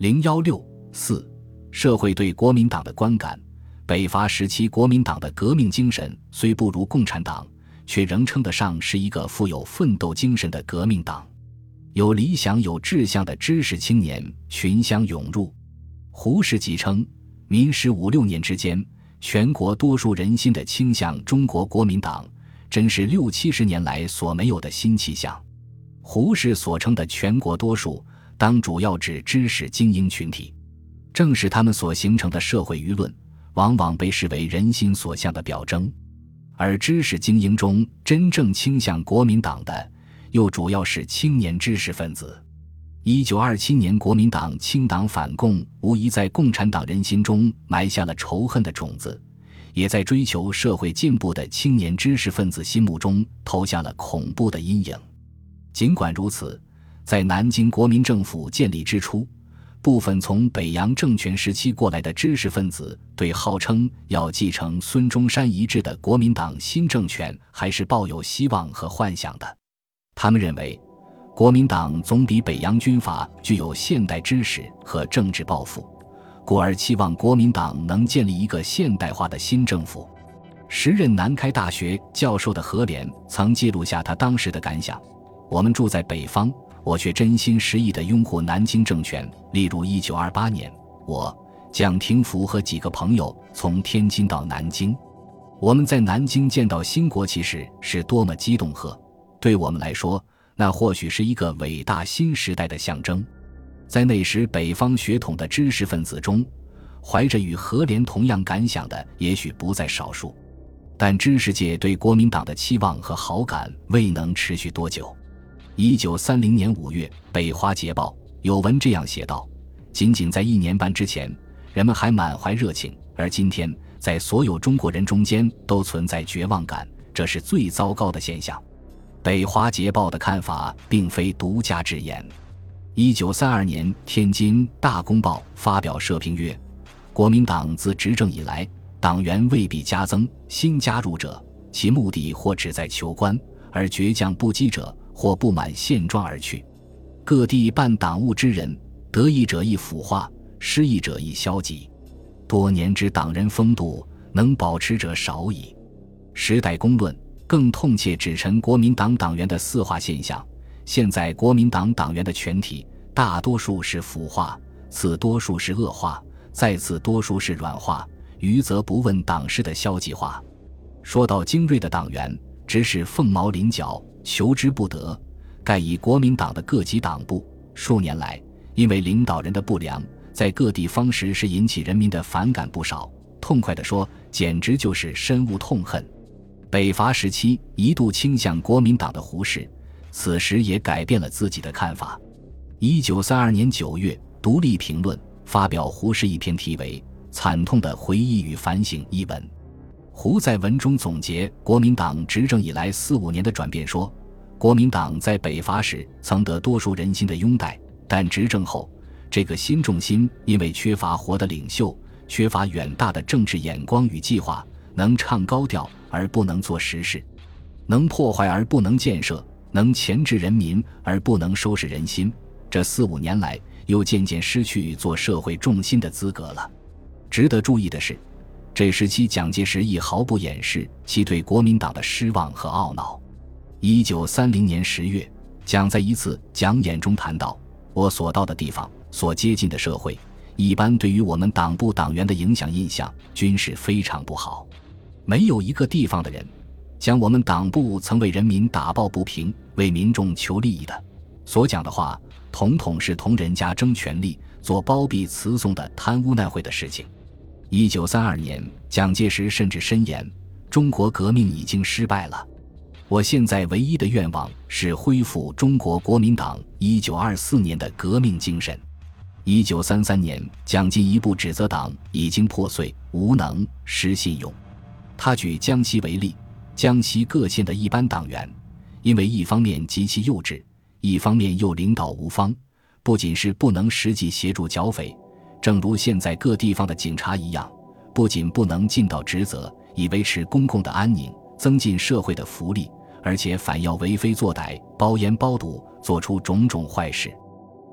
016-4社会对国民党的观感。北伐时期国民党的革命精神虽不如共产党，却仍称得上是一个富有奋斗精神的革命党。有理想有志向的知识青年群相涌入。胡适即称，民时5-6年之间，全国多数人心的倾向中国国民党，真是60-70年来所没有的新气象。胡适所称的全国多数，当主要指知识精英群体，正是他们所形成的社会舆论，往往被视为人心所向的表征。而知识精英中真正倾向国民党的，又主要是青年知识分子。1927年国民党清党反共，无疑在共产党人心中埋下了仇恨的种子，也在追求社会进步的青年知识分子心目中投下了恐怖的阴影。尽管如此，在南京国民政府建立之初，部分从北洋政权时期过来的知识分子对号称要继承孙中山遗志的国民党新政权还是抱有希望和幻想的。他们认为国民党总比北洋军阀具有现代知识和政治抱负，故而期望国民党能建立一个现代化的新政府。时任南开大学教授的何廉曾记录下他当时的感想：我们住在北方，我却真心实意地拥护南京政权。例如1928年，我、蒋廷福和几个朋友从天津到南京，我们在南京见到新国旗时是多么激动和，对我们来说，那或许是一个伟大新时代的象征。在那时北方血统的知识分子中，怀着与何廉同样感想的也许不在少数。但知识界对国民党的期望和好感未能持续多久。1930年5月，北华捷报有文这样写道：仅仅在1年半之前，人们还满怀热情，而今天在所有中国人中间都存在绝望感，这是最糟糕的现象。北华捷报的看法并非独家之言。1932年，天津大公报发表社评曰：国民党自执政以来，党员未必加增，新加入者，其目的或旨在求官，而倔强不羁者，或不满现状而去。各地办党务之人，得意者亦腐化，失意者亦消极。多年之党人风度，能保持者少矣。时代公论更痛切指陈国民党党员的四化现象。现在国民党党员的全体，大多数是腐化，次多数是恶化，再次多数是软化，余则不问党事的消极化。说到精锐的党员，只是凤毛麟角，求之不得。盖以国民党的各级党部，数年来因为领导人的不良，在各地方时是引起人民的反感不少。痛快地说，简直就是深恶痛恨。北伐时期一度倾向国民党的胡适，此时也改变了自己的看法。1932年9月，独立评论发表胡适一篇题为《惨痛的回忆与反省》一文。胡在文中总结国民党执政以来4、5年的转变说，国民党在北伐时曾得多数人心的拥戴，但执政后，这个新重心因为缺乏活的领袖，缺乏远大的政治眼光与计划，能唱高调而不能做实事，能破坏而不能建设，能钳制人民而不能收拾人心。这4、5年来，又渐渐失去做社会重心的资格了。值得注意的是，这时期蒋介石亦毫不掩饰其对国民党的失望和懊恼。1930年10月，蒋在一次讲演中谈到，我所到的地方，所接近的社会，一般对于我们党部党员的影响印象均是非常不好。没有一个地方的人讲我们党部曾为人民打抱不平，为民众求利益的，所讲的话统统是同人家争权力，做包庇辞讼的贪污难贿的事情。1932年，蒋介石甚至申言，中国革命已经失败了，我现在唯一的愿望是恢复中国国民党1924年的革命精神。1933年，蒋进一步指责党已经破碎、无能、失信用。他举江西为例，江西各县的一般党员，因为一方面极其幼稚，一方面又领导无方，不仅是不能实际协助剿匪，正如现在各地方的警察一样，不仅不能尽到职责，以维持公共的安宁，增进社会的福利，而且反要为非作歹，包烟包毒，做出种种坏事。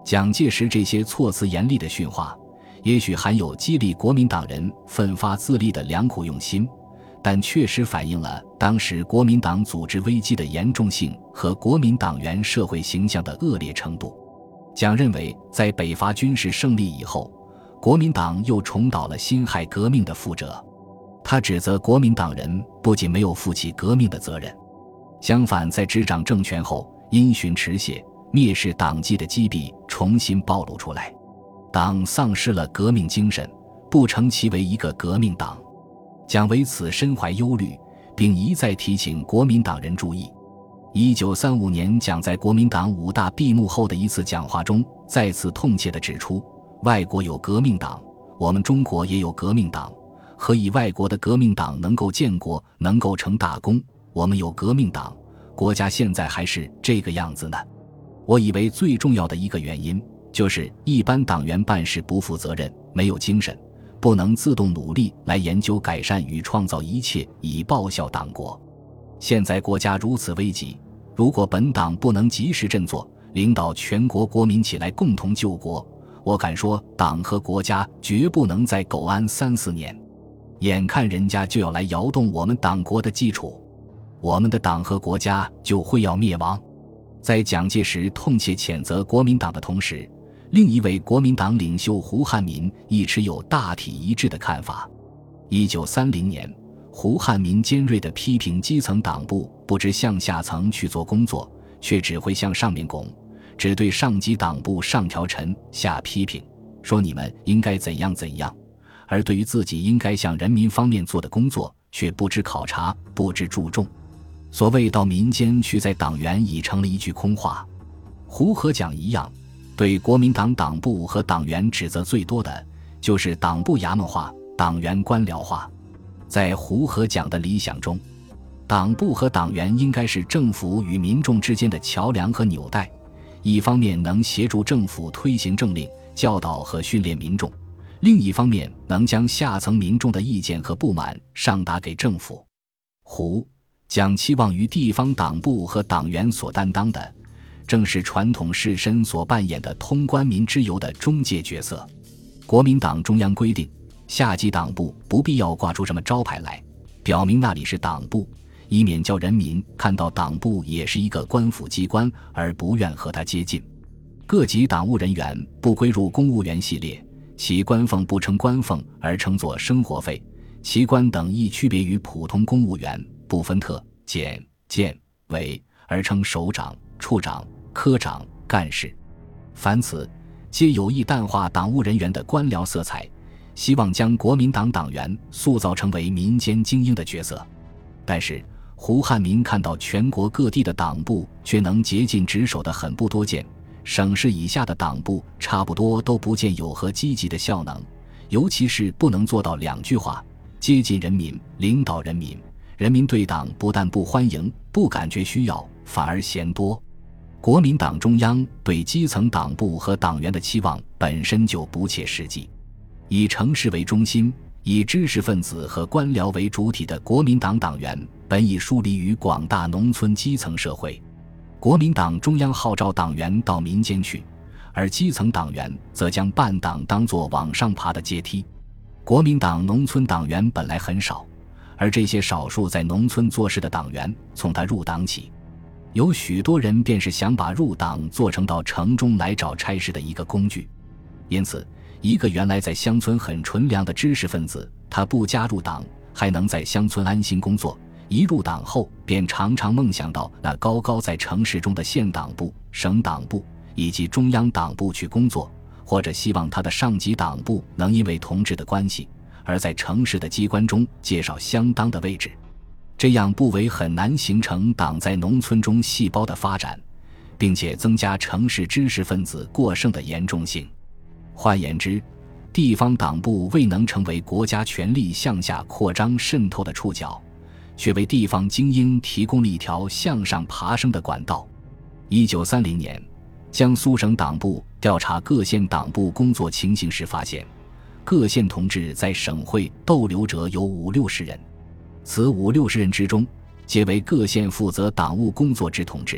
蒋介石这些措辞严厉的训话，也许含有激励国民党人奋发自立的良苦用心，但确实反映了当时国民党组织危机的严重性和国民党员社会形象的恶劣程度。蒋认为，在北伐军事胜利以后，国民党又重蹈了辛亥革命的覆辙。他指责国民党人不仅没有负起革命的责任，相反在执掌政权后因循迟懈，蔑视党纪的积弊重新暴露出来，党丧失了革命精神，不成其为一个革命党。蒋为此深怀忧虑，并一再提醒国民党人注意。1935年，蒋在国民党5大闭幕后的一次讲话中，再次痛切地指出，外国有革命党，我们中国也有革命党，何以外国的革命党能够建国，能够成大功，我们有革命党，国家现在还是这个样子呢？我以为最重要的一个原因，就是一般党员办事不负责任，没有精神，不能自动努力来研究改善与创造一切以报效党国。现在国家如此危急，如果本党不能及时振作，领导全国国民起来共同救国，我敢说党和国家绝不能再苟安3、4年。眼看人家就要来摇动我们党国的基础，我们的党和国家就会要灭亡。在蒋介石痛切谴责国民党的同时，另一位国民党领袖胡汉民亦持有大体一致的看法。1930年，胡汉民尖锐地批评基层党部不知向下层去做工作，却只会向上面拱，只对上级党部上条陈下批评，说你们应该怎样怎样，而对于自己应该向人民方面做的工作却不知考察，不知注重。所谓到民间去在党员已成了一句空话。胡和蒋一样，对国民党党部和党员指责最多的就是党部衙门化，党员官僚化。在胡和蒋的理想中，党部和党员应该是政府与民众之间的桥梁和纽带，一方面能协助政府推行政令，教导和训练民众，另一方面能将下层民众的意见和不满上达给政府。胡、蒋期望于地方党部和党员所担当的，正是传统士绅所扮演的通官民之游的中介角色。国民党中央规定，下级党部不必要挂出什么招牌来，表明那里是党部，以免叫人民看到党部也是一个官府机关而不愿和他接近。各级党务人员不归入公务员系列，其官俸不称官俸而称作生活费，其官等亦区别于普通公务员，不分特、检、监、委而称首长、处长、科长、干事。凡此皆有意淡化党务人员的官僚色彩，希望将国民党党员塑造成为民间精英的角色。但是胡汉民看到全国各地的党部却能竭尽职守的很不多见，省市以下的党部差不多都不见有何积极的效能，尤其是不能做到2句话：接近人民，领导人民。人民对党不但不欢迎，不感觉需要，反而嫌多。国民党中央对基层党部和党员的期望本身就不切实际。以城市为中心，以知识分子和官僚为主体的国民党党员本已疏离于广大农村基层社会。国民党中央号召党员到民间去，而基层党员则将办党当作往上爬的阶梯。国民党农村党员本来很少，而这些少数在农村做事的党员，从他入党起，有许多人便是想把入党做成到城中来找差事的一个工具。因此一个原来在乡村很纯良的知识分子，他不加入党还能在乡村安心工作，一入党后便常常梦想到那高高在城市中的县党部、省党部以及中央党部去工作，或者希望他的上级党部能因为同志的关系而在城市的机关中介绍相当的位置。这样不为很难形成党在农村中细胞的发展，并且增加城市知识分子过剩的严重性。换言之，地方党部未能成为国家权力向下扩张渗透的触角，却为地方精英提供了一条向上爬升的管道。1930年，江苏省党部调查各县党部工作情形时发现，各县同志在省会逗留者有50-60人，此50-60人之中，皆为各县负责党务工作之同志，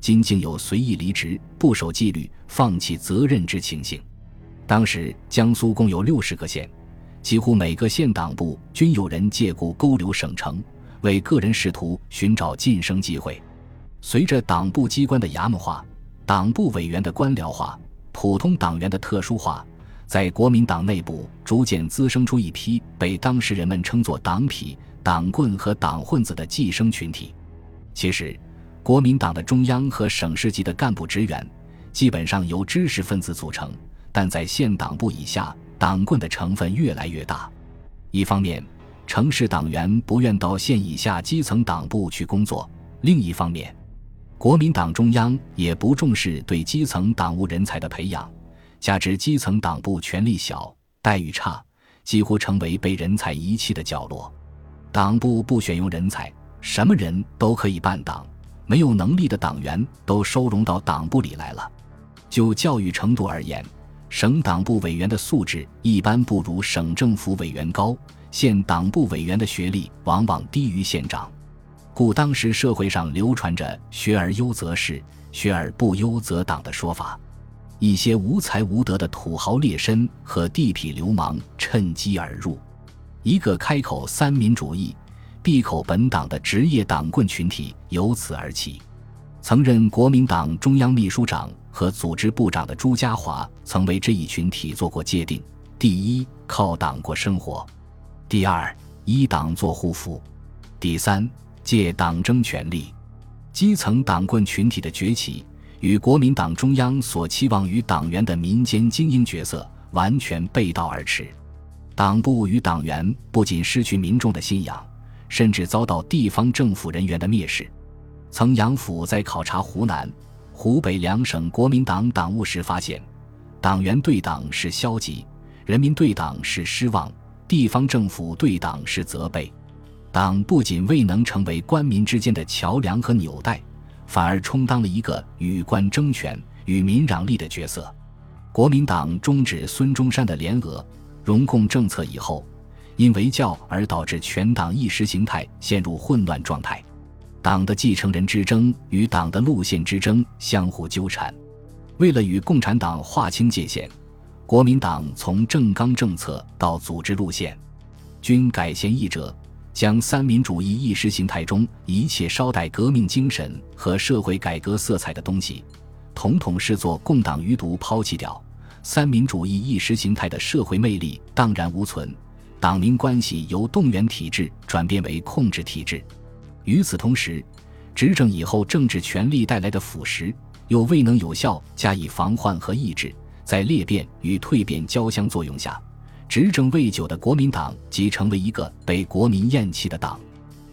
今竟有随意离职、不守纪律、放弃责任之情形。当时江苏共有60个县，几乎每个县党部均有人借故勾留省城，为个人仕途寻找晋升机会。随着党部机关的衙门化、党部委员的官僚化、普通党员的特殊化，在国民党内部逐渐滋生出一批被当时人们称作党痞、党棍和党混子的寄生群体。其实国民党的中央和省市级的干部职员基本上由知识分子组成，但在县党部以下，党棍的成分越来越大。一方面，城市党员不愿到县以下基层党部去工作；另一方面，国民党中央也不重视对基层党务人才的培养，加之基层党部权力小、待遇差，几乎成为被人才遗弃的角落。党部不选用人才，什么人都可以办党，没有能力的党员都收容到党部里来了。就教育程度而言，省党部委员的素质一般不如省政府委员高，县党部委员的学历往往低于县长。故当时社会上流传着学而优则仕，学而不优则党的说法。一些无才无德的土豪劣绅和地痞流氓趁机而入，一个开口三民主义、闭口本党的职业党棍群体由此而起。曾任国民党中央秘书长和组织部长的朱家骅曾为这一群体做过界定：第一，靠党过生活；第二，依党做护肤；第三，借党争权力。基层党棍群体的崛起与国民党中央所期望于党员的民间精英角色完全背道而驰。党部与党员不仅失去民众的信仰，甚至遭到地方政府人员的蔑视。曾杨甫在考察湖南、湖北两省国民党党务时发现，党员对党是消极，人民对党是失望，地方政府对党是责备。党不仅未能成为官民之间的桥梁和纽带，反而充当了一个与官争权、与民攘利的角色。国民党终止孙中山的联俄、容共政策以后，因围剿而导致全党意识形态陷入混乱状态。党的继承人之争与党的路线之争相互纠缠。为了与共产党划清界限，国民党从政纲政策到组织路线，均改弦易辙，将三民主义意识形态中一切稍带革命精神和社会改革色彩的东西，统统视作共党余毒抛弃掉。三民主义意识形态的社会魅力荡然无存，党民关系由动员体制转变为控制体制。与此同时，执政以后政治权力带来的腐蚀又未能有效加以防范和抑制，在裂变与蜕变交相作用下，执政未久的国民党即成为一个被国民厌弃的党。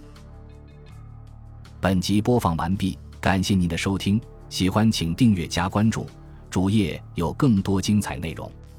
本集播放完毕，感谢您的收听，喜欢请订阅加关注，主页有更多精彩内容。